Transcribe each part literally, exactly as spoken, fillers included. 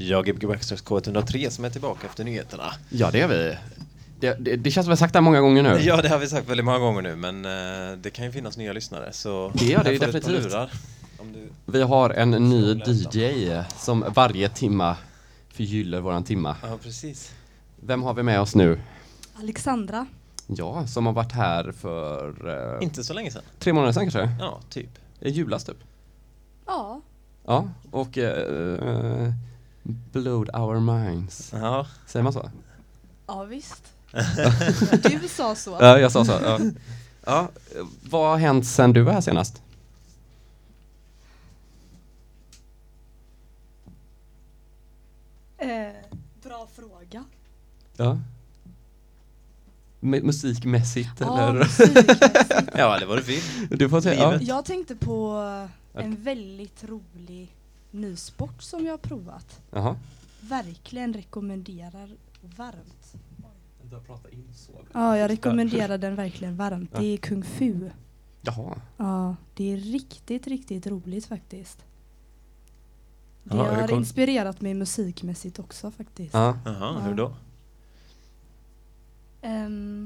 Jag är Gbg Waxtrax K etthundratre som är tillbaka efter nyheterna. Ja, det är vi. Det, det, det känns väl sagt där många gånger nu. Ja, det har vi sagt väldigt många gånger nu, men uh, det kan ju finnas nya lyssnare. Så det gör det definitivt. Om du... Vi har en ny D J som varje timma förgyller våran timma. Ja, precis. Vem har vi med oss nu? Alexandra. Ja, som har varit här för... Uh, Inte så länge sedan. Tre månader sedan kanske? Ja, typ. I julas typ. Ja. Ja, och uh, blowed our minds. Ja. Säger man så? Ja, visst. Du sa så. Ja, jag sa så. Ja. Ja, vad har hänt sen du var här senast? Eh, bra fråga. Ja. M- musikmässigt Ja, eller? musikmässigt. Ja, det var det fint. Du får säga. Ja. Jag tänkte på en väldigt rolig ny sport som jag har provat. Jaha. Verkligen rekommenderar varmt. Du har pratat in så bra. Ja, jag rekommenderar den verkligen varmt. Det är kung fu. Jaha. Ja, det är riktigt, riktigt roligt faktiskt. Det Ja, hur har kom- inspirerat mig musikmässigt också faktiskt. Ja. Jaha, Ja. hur då? Um,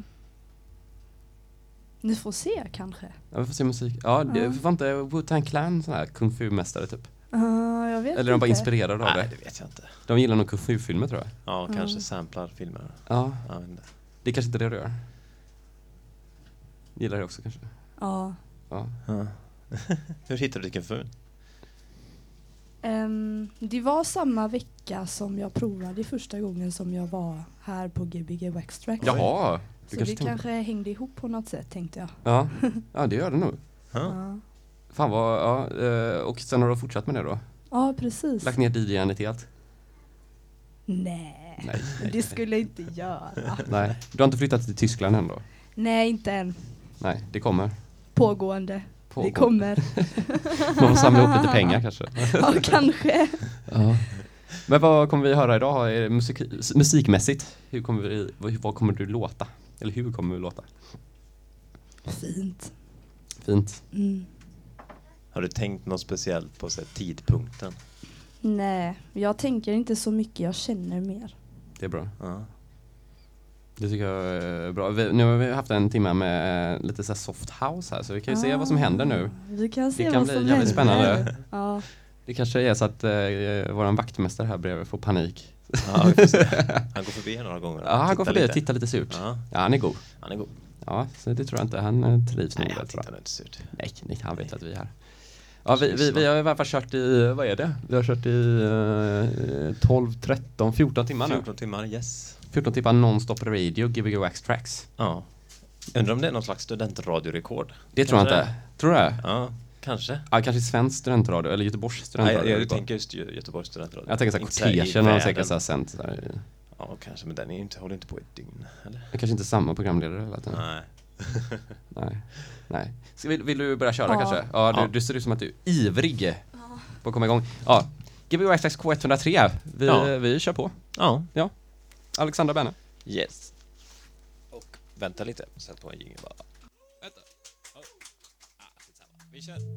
ni får se kanske. Ja, vi får se musik. Ja, det Ja. var inte Wu-Tang Clan sån här kung fu-mästare typ. Uh, jag vet Eller är de bara inte. inspirerade av Nej, det? det vet jag inte. De gillar nog kung fu-filmer tror jag. Ja, Mm. kanske samplar filmer. Ja, Jag vet inte. det är kanske inte det du gör. Gillar det också kanske. Ja. Ja. Ja. Hur hittade du kung fu? Um, det var samma vecka som jag provade första gången som jag var här på Gbg Waxtrax. Jaha. Du Så kanske det tänkte- kanske hängde ihop på något sätt, tänkte jag. Ja. Ja, det gör det nog. Ja. Ja, Fan vad, ja. eh, Och sen har du fortsatt med det då? ja precis. Lagt ner D J-andet helt? Nej, Nej. det skulle jag inte göra. Nej. Du har inte flyttat till Tyskland än då? Nej, inte än. Nej, det kommer. Pågående. Pågå. Det kommer. Man får samla ihop lite pengar kanske. Ja, kanske. Ja. Men vad kommer vi höra idag? Är det musik, musikmässigt? Hur kommer vi, vad, vad kommer du låta? Eller hur kommer vi låta? Fint. Fint. Mm. Har du tänkt något speciellt på så här, tidpunkten? Nej, jag tänker inte så mycket. Jag känner mer. Det är bra. Ja. Det tycker jag är bra. Vi, nu har vi haft en timme med lite så här soft house här, så vi kan ju se Ah, vad som händer nu. Vi kan se Det kan vad bli som jävligt händer. spännande. Ja. Det kanske är så att eh, våran vaktmästare här bredvid får panik. Ja, vi får se. Han går förbi några gånger. Ja, han går Tittar förbi och lite. tittar lite surt. Ja, Ja, han är god. han är god. Ja, så det tror jag inte. Han eh, trivs nog Nej, där, han tror jag. tittar inte surt. Nej, nej, han vet att vi är här. Ja, vi, vi, vi har i alla fall kört i, vad är det? Vi har kört i eh, tolv, tretton, fjorton timmar nu. fjorton timmar, yes. fjorton timmar non-stop radio, Gbg Waxtrax. Ja. Undrar om det är någon slags studentradiorekord. Det tror jag Kanske inte. Tror du det? Ja, kanske. Ja, kanske svensk studentradio, eller Göteborgs Nej, studentradio. jag, jag tänker just Gö- Göteborgs studentradio. jag tänker så här Inte så här i kortegen, och de säkert världen. så här sänt så här. Ja, kanske, men den är ju inte, håller inte på ett dygn, eller? Det kanske inte är samma programledare hela tiden. Nej. Nej. Nej. Så vill, vill du börja köra Ja. kanske? Ja, du, Ja. du ser ut som att du är ivrig på att komma igång. Ja, Gbg Waxtrax K etthundratre. Vi, Ja. vi kör på. Ja. Alexandra Benne. Yes. Och vänta lite, sätt på en jingel bara. Vänta. Oh. Ah, skitsamma. Vi kör.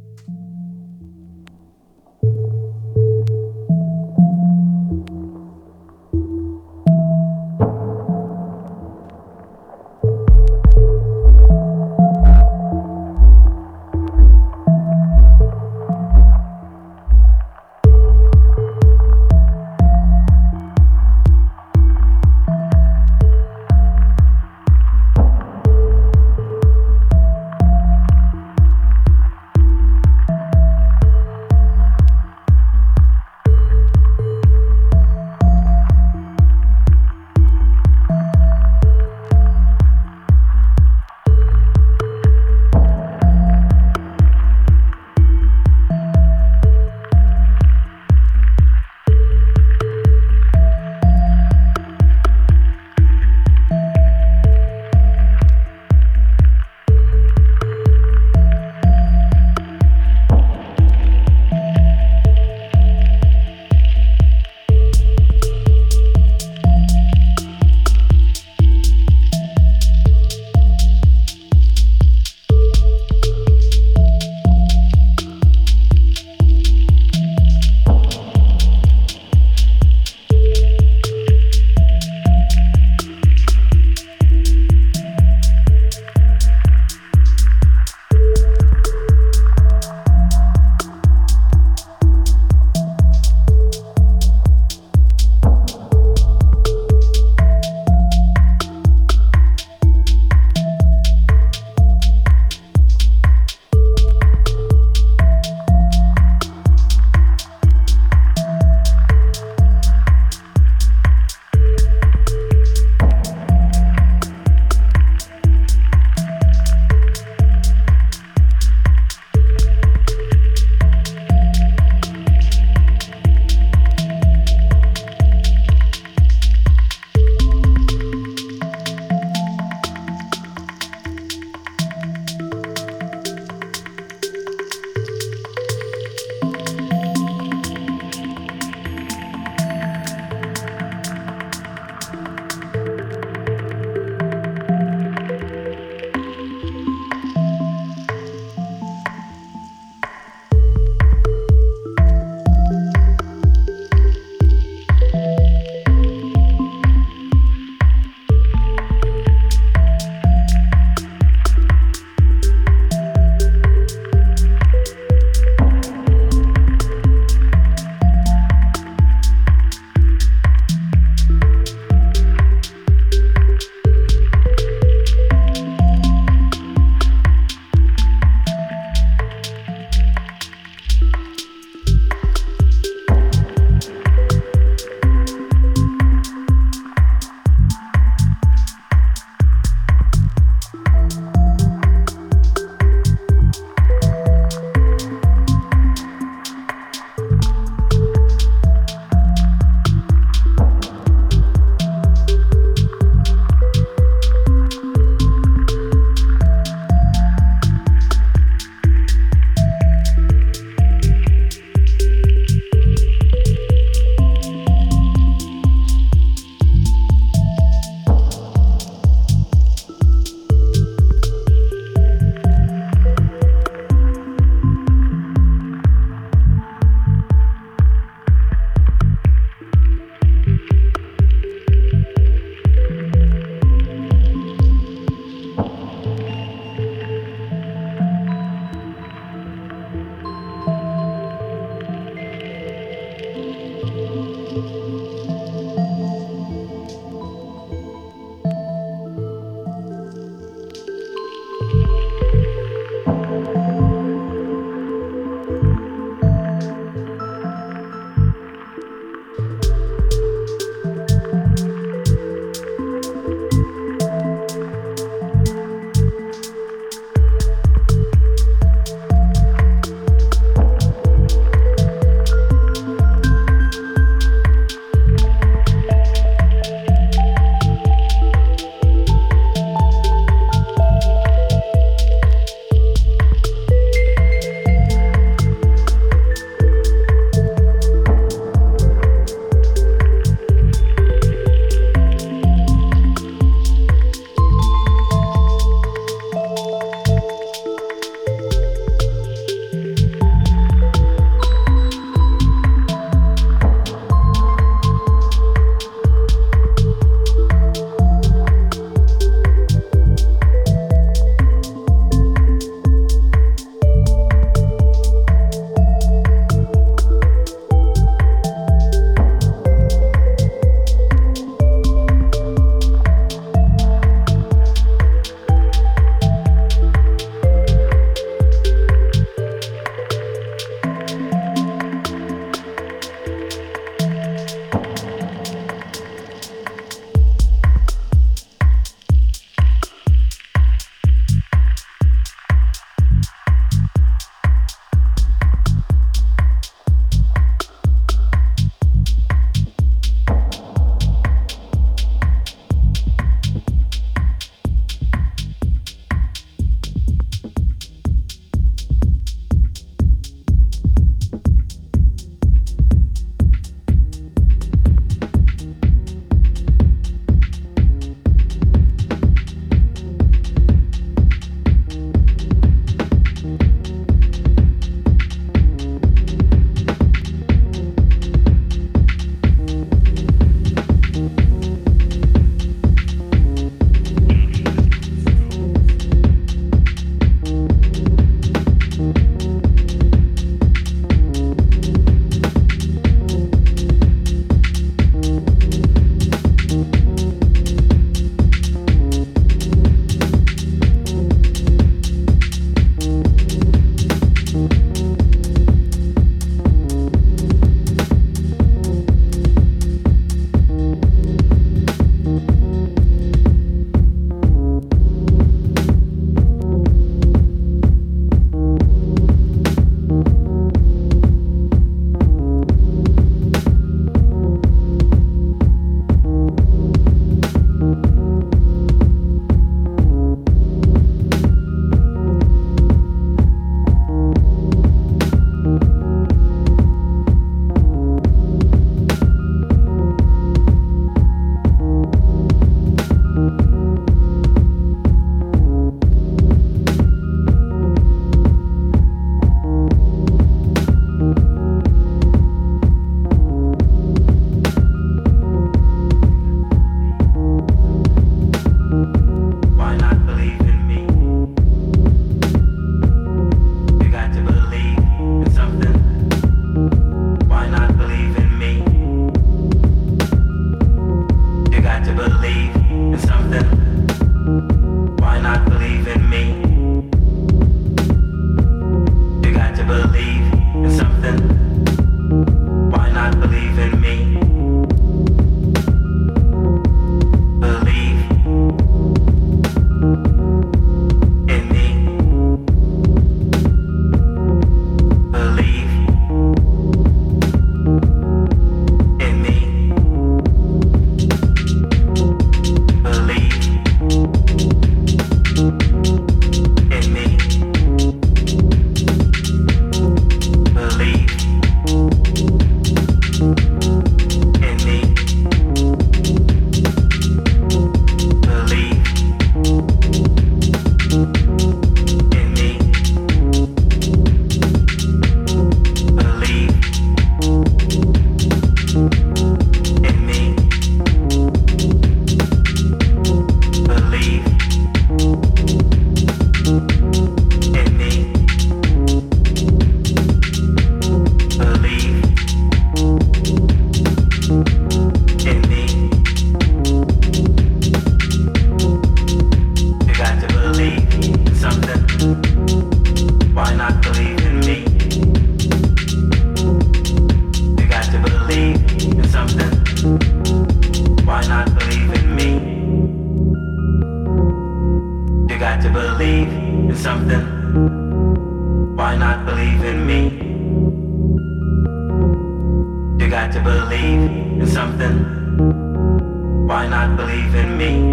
believe in something. Why not believe in me?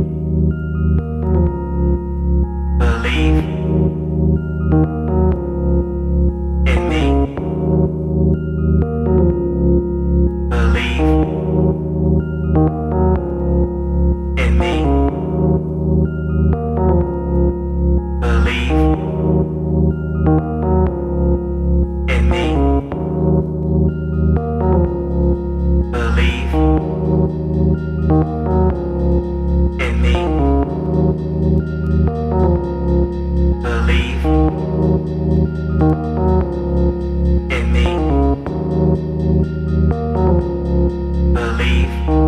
Believe in me. Believe in me. Believe in me. Believe in me. Believe in me. Believe